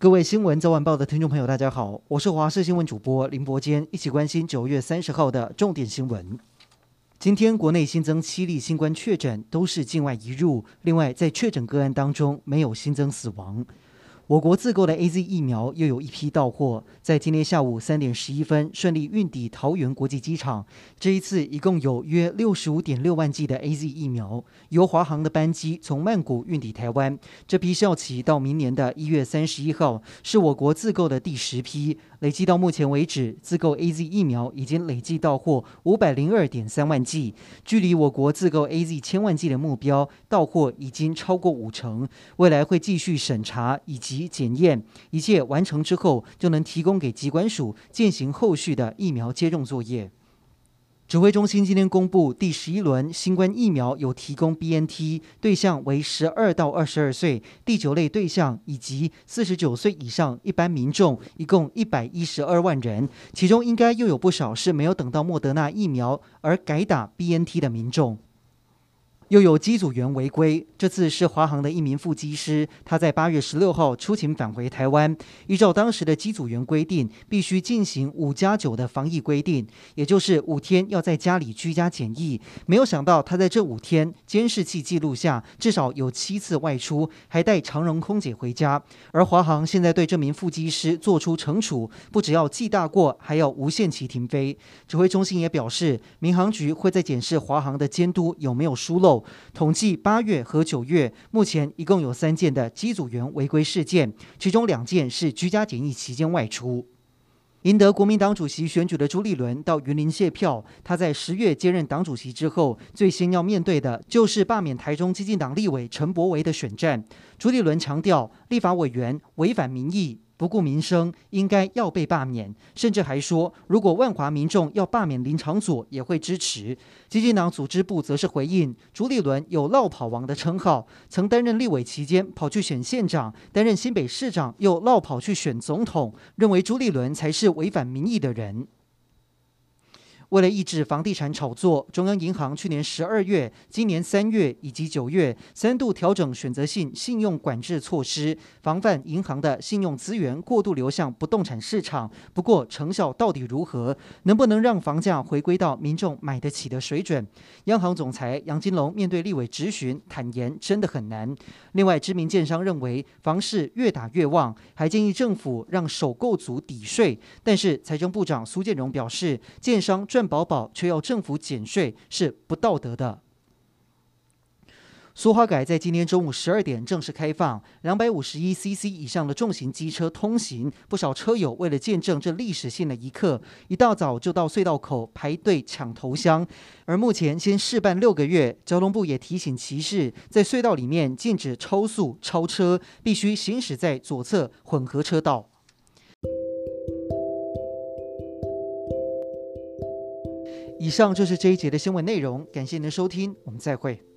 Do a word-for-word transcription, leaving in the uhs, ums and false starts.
各位新闻早晚报的听众朋友，大家好，我是华视新闻主播林伯坚，一起关心九月三十号的重点新闻。今天国内新增七例新冠确诊，都是境外移入。另外，在确诊个案当中，没有新增死亡。我国自购的 A Z 疫苗又有一批到货，在今天下午三点十一分顺利运抵桃园国际机场。这一次一共有约六十五点六万剂的 A Z 疫苗，由华航的班机从曼谷运抵台湾。这批效期到明年的一月三十一号，是我国自购的第十批。累计到目前为止，自购 A Z 疫苗已经累计到货五百零二点三万剂，距离我国自购 A Z 千万剂的目标到货已经超过五成。未来会继续审查以及检验，一切完成之后，就能提供给疾管署进行后续的疫苗接种作业。指挥中心今天公布，第十一轮新冠疫苗有提供 B N T， 对象为十二到二十二岁第九类对象以及四十九岁以上一般民众，一共一百一十二万人，其中应该又有不少是没有等到莫德纳疫苗而改打 B N T 的民众。又有机组员违规，这次是华航的一名副机师，他在八月十六号出勤返回台湾，依照当时的机组员规定，必须进行五加九的防疫规定，也就是五天要在家里居家检疫。没有想到他在这五天监视器记录下，至少有七次外出，还带长荣空姐回家。而华航现在对这名副机师做出惩处，不只要记大过，还要无限期停飞。指挥中心也表示，民航局会在检视华航的监督有没有疏漏。统计八月和九月，目前一共有三件的机组员违规事件，其中两件是居家检疫期间外出。赢得国民党主席选举的朱立伦到云林谢票，他在十月接任党主席之后，最先要面对的就是罢免台中基进党立委陈柏惟的选战。朱立伦强调，立法委员违反民意，不顾民生，应该要被罢免，甚至还说，如果万华民众要罢免林昶佐，也会支持。基进党组织部则是回应，朱立伦有落跑王的称号，曾担任立委期间跑去选县长，担任新北市长又落跑去选总统，认为朱立伦才是违反民意的人。为了抑制房地产炒作，中央银行去年十二月、今年三月以及九月三度调整选择性信用管制措施，防范银行的信用资源过度流向不动产市场。不过，成效到底如何？能不能让房价回归到民众买得起的水准？央行总裁杨金龙面对立委质询，坦言真的很难。另外，知名建商认为房市越打越旺，还建议政府让首购族抵税。但是，财政部长苏建荣表示，建商赚饱饱却要政府减税是不道德的。苏花改在今天中午十二点正式开放，两百五十一 C C 以上的重型机车通行，不少车友为了见证这历史性的一刻，一大早就到隧道口排队抢头香。而目前先试办六个月，交通部也提醒骑士，在隧道里面禁止超速超车，必须行驶在左侧混合车道。以上就是这一节的新闻内容，感谢您的收听，我们再会。